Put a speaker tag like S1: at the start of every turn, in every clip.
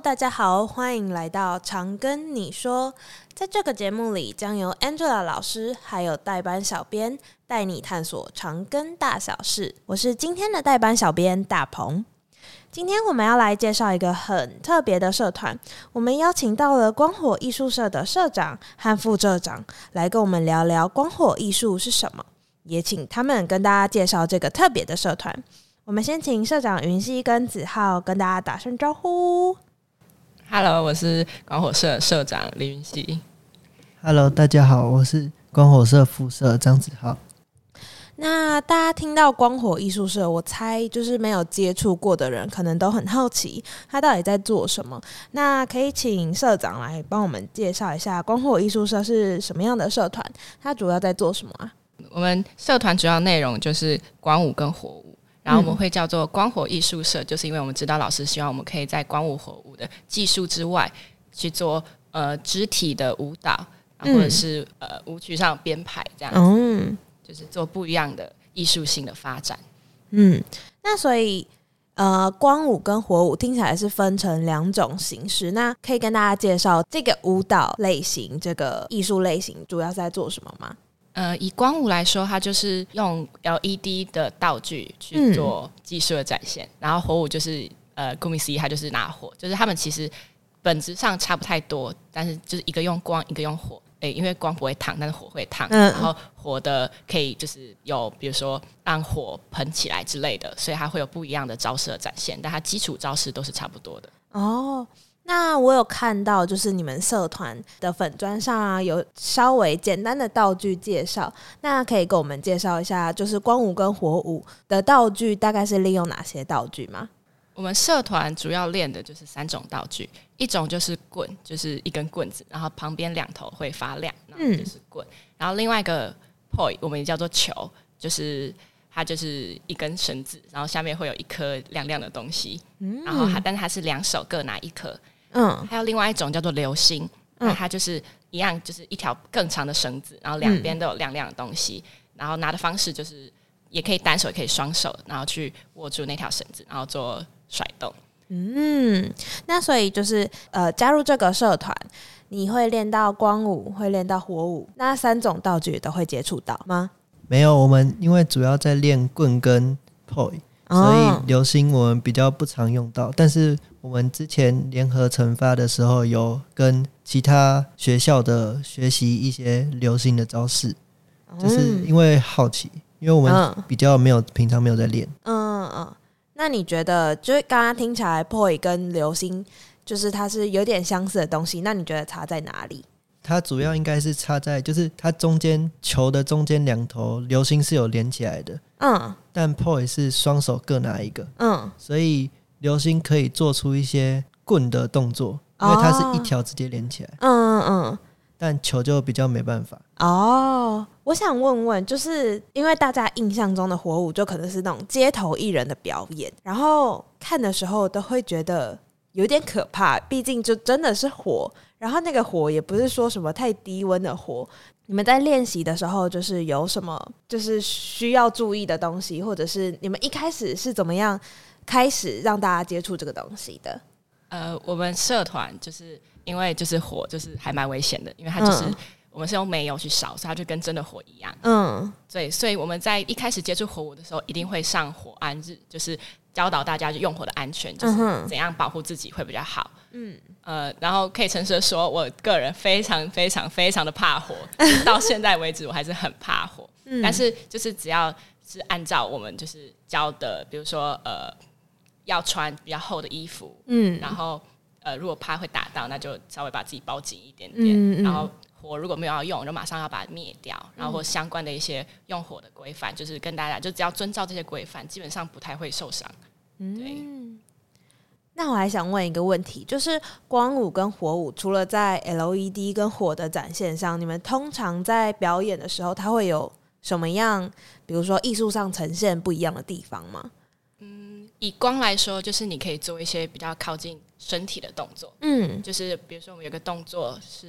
S1: 大家好，欢迎来到常跟你说。在这个节目里，将由 Angela 老师还有代班小编带你探索常庚大小事。我是今天的代班小编大鹏。今天我们要来介绍一个很特别的社团，我们邀请到了光火艺术社的社长和副社长来跟我们聊聊光火艺术是什么，也请他们跟大家介绍这个特别的社团。我们先请社长云溪跟子浩跟大家打声招呼。
S2: Hello， 我是光火社社长李云溪。
S3: Hello， 大家好，我是光火社副社张子浩。
S1: 那大家听到光火艺术社，我猜就是没有接触过的人可能都很好奇他到底在做什么。那可以请社长来帮我们介绍一下光火艺术社是什么样的社团，它主要在做什么啊？
S2: 我们社团主要内容就是光舞跟火舞，然后我们会叫做光火艺术社，就是因为我们指导老师希望我们可以在光舞火舞的技术之外去做肢体的舞蹈，或者是舞曲上编排这样就是做不一样的艺术性的发展。
S1: 那所以光舞跟火舞听起来是分成两种形式，那可以跟大家介绍这个舞蹈类型，这个艺术类型主要是在做什么吗？
S2: 以光舞来说，它就是用 LED 的道具去做技术的展现，然后火舞就是顾名思义，它就是拿火，就是他们其实本质上差不太多，但是就是一个用光，一个用火。因为光不会烫，但是火会烫，然后火的可以就是有比如说让火喷起来之类的，所以它会有不一样的招式的展现，但它基础招式都是差不多的。
S1: 那我有看到就是你们社团的粉专上啊，有稍微简单的道具介绍，那可以给我们介绍一下就是光舞跟火舞的道具大概是利用哪些道具吗？
S2: 我们社团主要练的就是3种道具，一种就是棍，就是一根棍子，然后旁边2头会发亮，然后就是棍，然后另外一个 poi 我们也叫做球，就是它就是一根绳子，然后下面会有一颗亮亮的东西，然后但是它是2手各拿1颗，还有另外一种叫做流星，它就是一样，就是一条更长的绳子，然后两边都有亮亮的东西，然后拿的方式就是也可以单手也可以双手，然后去握住那条绳子，然后做甩动。
S1: 那所以就是加入这个社团，你会练到光舞，会练到火舞，那3种道具都会接触到吗？
S3: 没有，我们因为主要在练棍跟 poi，所以流星我们比较不常用到，但是我们之前联合惩罚的时候有跟其他学校的学习一些流星的招式，就是因为好奇，因为我们比较平常没有在练。
S1: 那你觉得就是刚刚听起来 poi 跟流星就是它是有点相似的东西，那你觉得差在哪里？
S3: 它主要应该是差在就是它中间球的中间2头流星是有连起来的，但 poi 是双手各拿1个，所以流星可以做出一些棍的动作，因为它是一条直接连起来，但球就比较没办法。
S1: 我想问问，就是因为大家印象中的火舞就可能是那种街头艺人的表演，然后看的时候都会觉得有点可怕，毕竟就真的是火，然后那个火也不是说什么太低温的火。你们在练习的时候就是有什么就是需要注意的东西，或者是你们一开始是怎么样开始让大家接触这个东西的？
S2: 我们社团就是因为就是火就是还蛮危险的，因为它就是我们是用煤油去烧，所以它就跟真的火一样。对，所以我们在一开始接触火舞的时候，一定会上火安日，就是教导大家用火的安全，就是怎样保护自己会比较好。然后可以诚实的说，我个人非常非常非常的怕火，到现在为止我还是很怕火。但是就是只要是按照我们就是教的，比如说要穿比较厚的衣服，然后如果怕会打到，那就稍微把自己包紧一点点，然后火如果没有要用，就马上要把它灭掉，然后或相关的一些用火的规范，就是跟大家就只要遵照这些规范，基本上不太会受伤。对。
S1: 那我还想问一个问题，就是光舞跟火舞除了在 LED 跟火的展现上，你们通常在表演的时候它会有什么样比如说艺术上呈现不一样的地方吗？
S2: 以光来说，就是你可以做一些比较靠近身体的动作，就是比如说我们有个动作是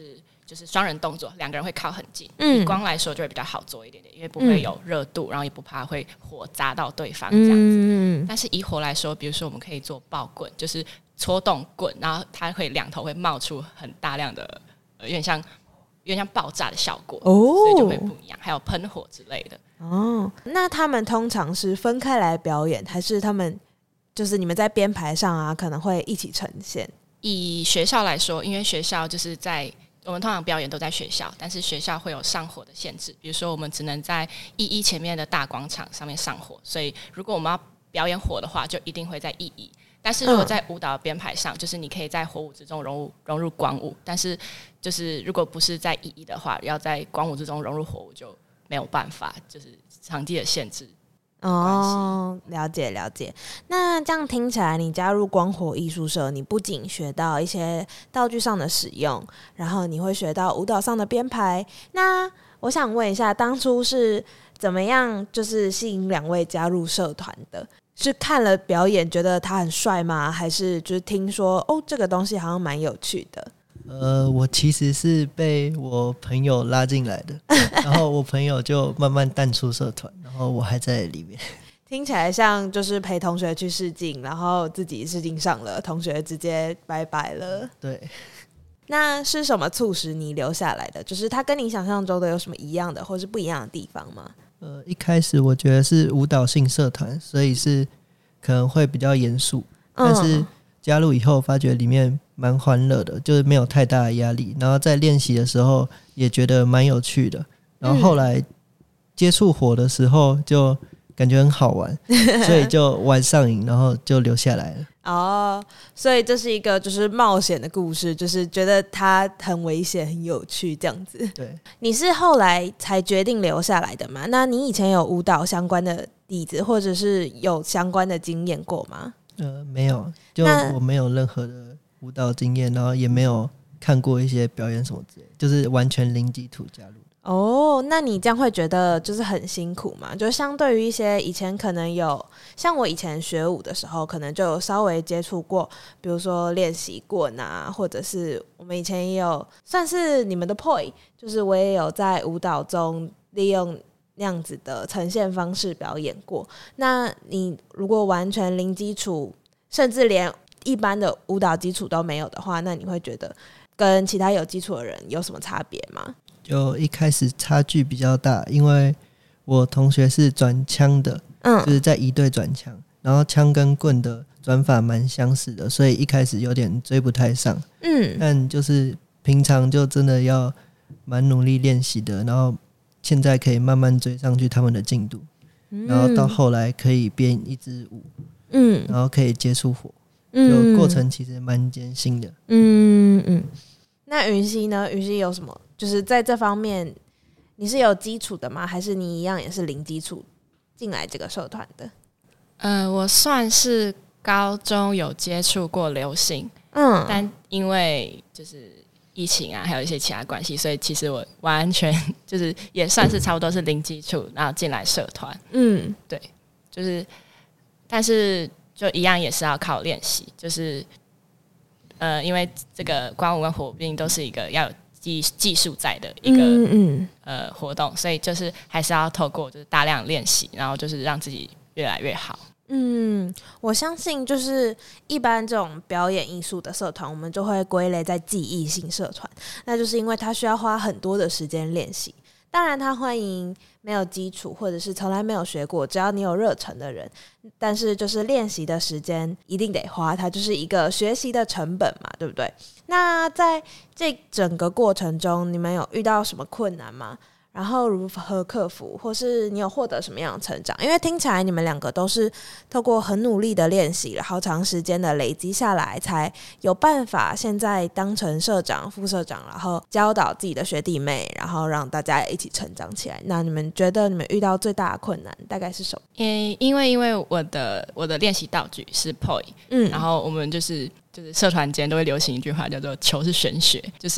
S2: 就是双人动作，两个人会靠很近，以光来说就会比较好做一点点，因为不会有热度，然后也不怕会火砸到对方这样子。但是以火来说，比如说我们可以做爆棍，就是戳动棍，然后它会两头会冒出很大量的有点像爆炸的效果，所以就会不一样。还有喷火之类的。
S1: 那他们通常是分开来表演，还是他们就是你们在编排上啊可能会一起呈现？
S2: 以学校来说，因为学校就是我们通常表演都在学校，但是学校会有上火的限制，比如说我们只能在1-1前面的大广场上面上火，所以如果我们要表演火的话，就一定会在1-1。但是如果在舞蹈编排上，就是你可以在火舞之中融入光舞，但是就是如果不是在1-1的话，要在光舞之中融入火舞就没有办法，就是场地的限制。
S1: 了解。那这样听起来，你加入光火艺术社，你不仅学到一些道具上的使用，然后你会学到舞蹈上的编排。那我想问一下，当初是怎么样就是吸引2位加入社团的？是看了表演觉得他很帅吗？还是就是听说这个东西好像蛮有趣的？
S3: 我其实是被我朋友拉进来的，然后我朋友就慢慢淡出社团，然后我还在里面。
S1: 听起来像就是陪同学去试镜，然后自己试镜上了，同学直接拜拜了。
S3: 对。
S1: 那是什么促使你留下来的？就是他跟你想象中的有什么一样的或是不一样的地方吗？
S3: 一开始我觉得是舞蹈性社团，所以是可能会比较严肃，但是加入以后发觉里面蛮欢乐的，就是没有太大的压力，然后在练习的时候也觉得蛮有趣的，然后后来接触火的时候就感觉很好玩所以就玩上瘾，然后就留下来了。
S1: 所以这是一个就是冒险的故事，就是觉得它很危险很有趣这样子。
S3: 对。
S1: 你是后来才决定留下来的吗？那你以前有舞蹈相关的底子或者是有相关的经验过吗？
S3: 没有，就我没有任何的舞蹈经验，然后也没有看过一些表演什么之类，就是完全零基础加入。
S1: 那你这样会觉得就是很辛苦吗？就相对于一些以前可能有，像我以前学舞的时候，可能就有稍微接触过，比如说练习棍啊，或者是我们以前也有算是你们的 poi， 就是我也有在舞蹈中利用那样子的呈现方式表演过。那你如果完全零基础，甚至连一般的舞蹈基础都没有的话，那你会觉得跟其他有基础的人有什么差别吗？
S3: 就一开始差距比较大，因为我同学是转枪的，就是在一队转枪，然后枪跟棍的转法蛮相似的，所以一开始有点追不太上。但就是平常就真的要蛮努力练习的，然后现在可以慢慢追上去他们的进度，然后到后来可以编一支舞，然后可以接触火，就过程其实蛮艰辛的。
S1: 那云溪呢？云溪有什么？就是在这方面，你是有基础的吗？还是你一样也是零基础进来这个社团的？
S2: 我算是高中有接触过流行，但因为就是疫情啊，还有一些其他关系，所以其实我完全就是也算是差不多是零基础，然后进来社团。对，就是但是就一样也是要靠练习，就是因为这个光舞跟火舞毕竟都是一个要有技术在的一个活动，所以就是还是要透过就是大量练习，然后就是让自己越来越好。
S1: 我相信就是一般这种表演艺术的社团，我们就会归类在记忆性社团，那就是因为它需要花很多的时间练习。当然他欢迎没有基础或者是从来没有学过，只要你有热忱的人，但是就是练习的时间一定得花，它就是一个学习的成本嘛，对不对？那在这整个过程中，你们有遇到什么困难吗？然后如何克服，或是你有获得什么样的成长？因为听起来你们两个都是透过很努力的练习，然后长时间的累积下来，才有办法现在当成社长、副社长，然后教导自己的学弟妹，然后让大家一起成长起来。那你们觉得你们遇到最大的困难大概是什么？
S2: 因为我的练习道具是 poi，然后我们就是社团间都会流行一句话叫做球是玄学，就是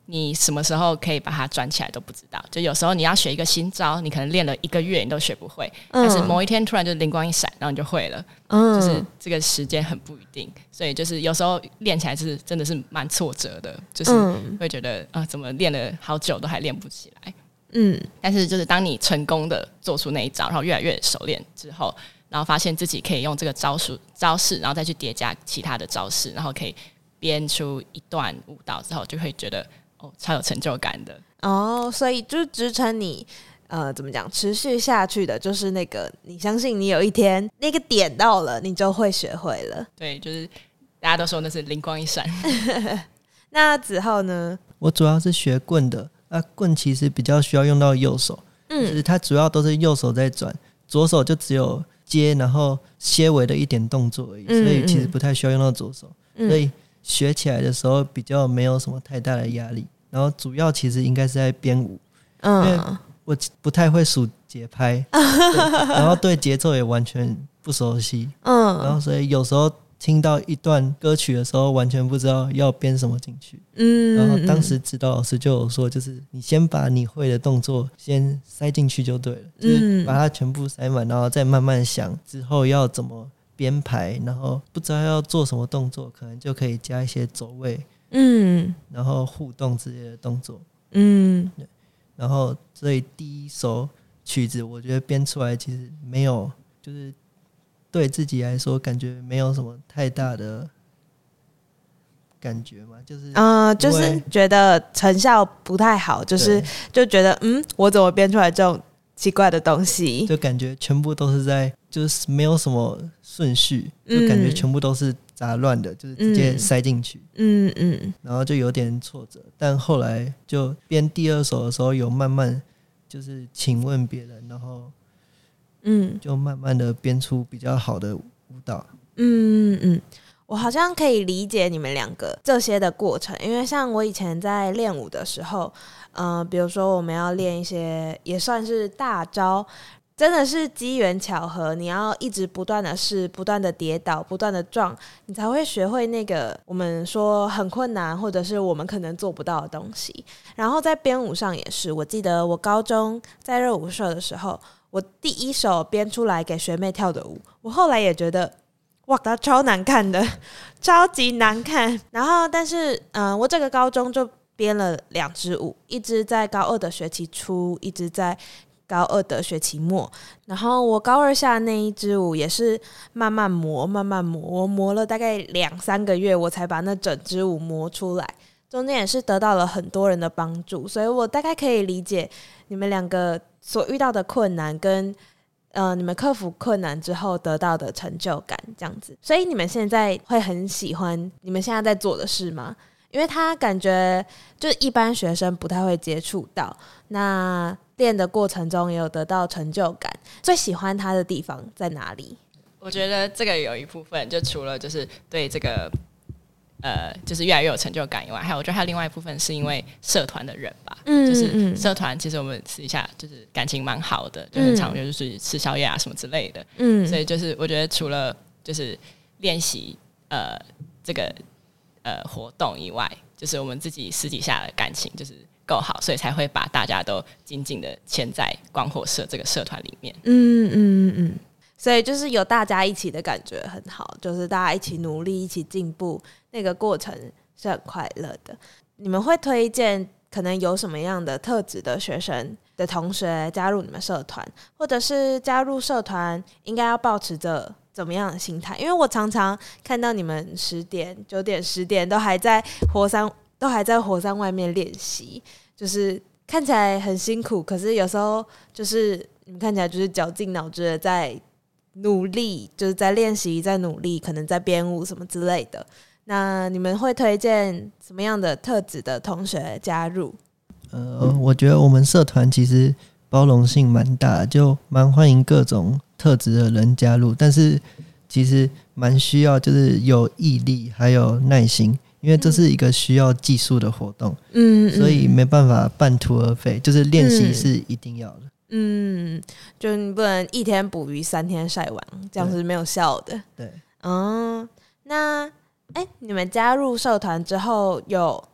S2: 你什么时候可以把它转起来都不知道。就有时候你要学一个新招，你可能练了1个月你都学不会，但是某一天突然就灵光一闪，然后你就会了。就是这个时间很不一定，所以就是有时候练起来是真的是蛮挫折的，就是会觉得怎么练了好久都还练不起来。但是就是当你成功的做出那一招，然后越来越熟练之后，然后发现自己可以用这个招式，然后再去叠加其他的招式，然后可以编出一段舞蹈之后，就会觉得超有成就感的。
S1: 所以就是支撑你怎么讲持续下去的，就是那个你相信你有一天那个点到了，你就会学会了。
S2: 对，就是大家都说那是灵光一闪。
S1: 那子浩呢？
S3: 我主要是学棍的，棍其实比较需要用到右手，就是它主要都是右手在转，左手就只有接然后些微的一点动作而已，所以其实不太需要用到左手，所以学起来的时候比较没有什么太大的压力。然后主要其实应该是在编舞，因为我不太会数节拍，然后对节奏也完全不熟悉，然后所以有时候听到一段歌曲的时候完全不知道要编什么进去，然后当时指导老师就有说，就是你先把你会的动作先塞进去就对了，就是把它全部塞满，然后再慢慢想之后要怎么编排，然后不知道要做什么动作，可能就可以加一些走位，然后互动之类的动作，然后所以第一首曲子我觉得编出来其实没有，就是对自己来说感觉没有什么太大的感觉嘛，
S1: 就是觉得成效不太好，就是就觉得我怎么编出来这种奇怪的东西，
S3: 就感觉全部都是在就是没有什么顺序，就感觉全部都是杂乱的，就是直接塞进去，然后就有点挫折。但后来就编第二首的时候有慢慢就是请问别人，然后就慢慢的编出比较好的舞蹈。
S1: 我好像可以理解你们两个这些的过程，因为像我以前在练舞的时候，比如说我们要练一些也算是大招，真的是机缘巧合，你要一直不断的试，不断的跌倒，不断的撞，你才会学会那个我们说很困难或者是我们可能做不到的东西。然后在编舞上也是，我记得我高中在热舞社的时候，我第一首编出来给学妹跳的舞，我后来也觉得哇，它超难看的，超级难看。然后但是我这个高中就编了2支舞，一支在高2的学期初，一支在高2的学期末。然后我高2下那一支舞也是慢慢磨，我磨了大概2-3个月，我才把那整支舞磨出来。中间也是得到了很多人的帮助，所以我大概可以理解你们两个所遇到的困难跟你们克服困难之后得到的成就感这样子。所以你们现在会很喜欢你们现在在做的事吗？因为他感觉就是一般学生不太会接触到，那练的过程中也有得到成就感，最喜欢他的地方在哪里？
S2: 我觉得这个有一部分就除了就是对这个就是越来越有成就感以外，还有我觉得还有另外一部分是因为社团的人吧，就是社团其实我们私底下就是感情蛮好的，就很常就是吃宵夜啊什么之类的，所以就是我觉得除了就是练习这个活动以外，就是我们自己私底下的感情就是够好，所以才会把大家都紧紧的牵在光火社这个社团里面。
S1: 所以就是有大家一起的感觉很好，就是大家一起努力一起进步，那个过程是很快乐的。你们会推荐可能有什么样的特质的学生的同学加入你们社团，或者是加入社团应该要抱持着怎么样的心态？因为我常常看到你们10点、9点、10点都还在火山外面练习，就是看起来很辛苦，可是有时候就是你们看起来就是绞尽脑汁的在努力，就是在练习，在努力，可能在编舞什么之类的。那你们会推荐什么样的特质的同学加入？
S3: 我觉得我们社团其实包容性蛮大，就蛮欢迎各种特质的人加入，但是其实蛮需要就是有毅力还有耐心，因为这是一个需要技术的活动，所以没办法半途而废，就是练习是一定要的。
S1: 就你不能1天捕鱼3天晒网，这样是没有效的。
S3: 对，
S1: 那你们加入社团之后有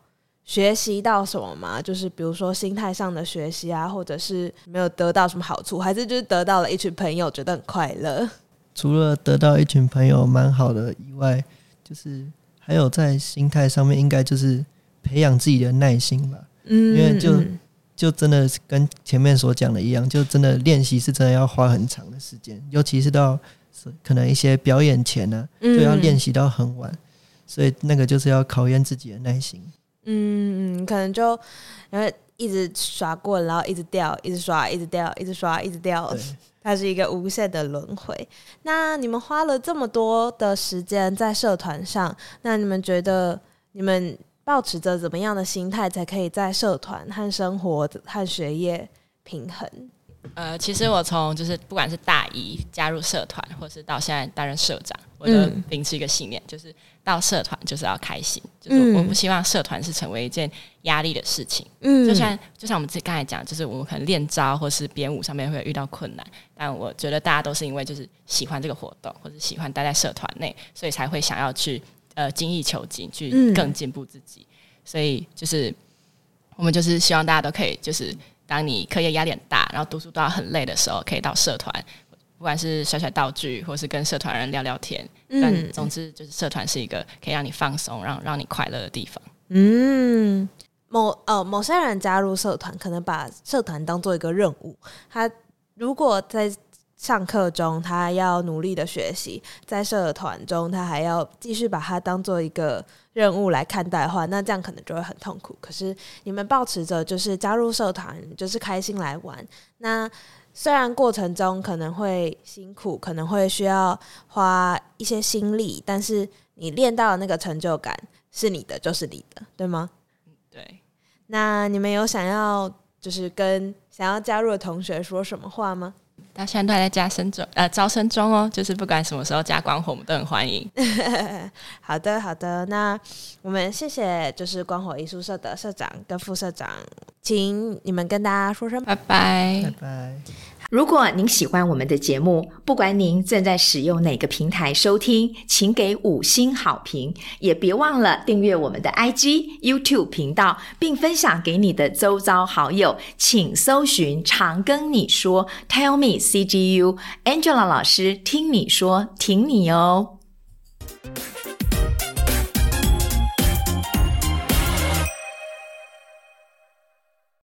S1: 学习到什么吗？就是比如说心态上的学习啊，或者是没有得到什么好处，还是就是得到了一群朋友觉得很快乐？
S3: 除了得到一群朋友蛮好的以外，就是还有在心态上面应该就是培养自己的耐心吧。因为就真的跟前面所讲的一样，就真的练习是真的要花很长的时间，尤其是到可能一些表演前呢，就要练习到很晚，所以那个就是要考验自己的耐心。
S1: 可能就一直刷棍，然后一直掉，一直刷，一直掉，一直刷，一直掉，它是一个无限的轮回。那你们花了这么多的时间在社团上，那你们觉得你们抱持着怎么样的心态才可以在社团和生活和学业平衡？
S2: 其实我从就是不管是大一加入社团，或是到现在担任社长，我都秉持一个信念，就是到社团就是要开心，就是我不希望社团是成为一件压力的事情。就像我们刚才讲，就是我们可能练招或是编舞上面会遇到困难，但我觉得大家都是因为就是喜欢这个活动，或者喜欢待在社团内，所以才会想要去精益求精，去更进步自己。所以就是我们就是希望大家都可以就是当你课业压力很大，然后读书都要很累的时候，可以到社团，不管是甩道具，或是跟社团人聊聊天，但总之就是社团是一个可以让你放松、让你快乐的地方。
S1: 某些人加入社团，可能把社团当做一个任务，他如果在上课中他要努力的学习，在社团中他还要继续把它当做一个任务来看待的话，那这样可能就会很痛苦。可是你们抱持着就是加入社团就是开心来玩，那虽然过程中可能会辛苦，可能会需要花一些心力，但是你练到的那个成就感是你的就是你的，对吗？
S2: 对。
S1: 那你们有想要就是跟想要加入的同学说什么话吗？
S2: 到现在都还在招生中哦，就是不管什么时候加光火，我们都很欢迎。
S1: 好的好的，那我们谢谢就是光火艺术社的社长跟副社长，请你们跟大家说声
S2: 拜拜。
S3: 拜拜。
S4: 如果您喜欢我们的节目，不管您正在使用哪个平台收听，请给5星好评，也别忘了订阅我们的 IG、YouTube 频道，并分享给你的周遭好友。请搜寻常跟你说 Tell me CGU Angela 老师听你说，挺你哦。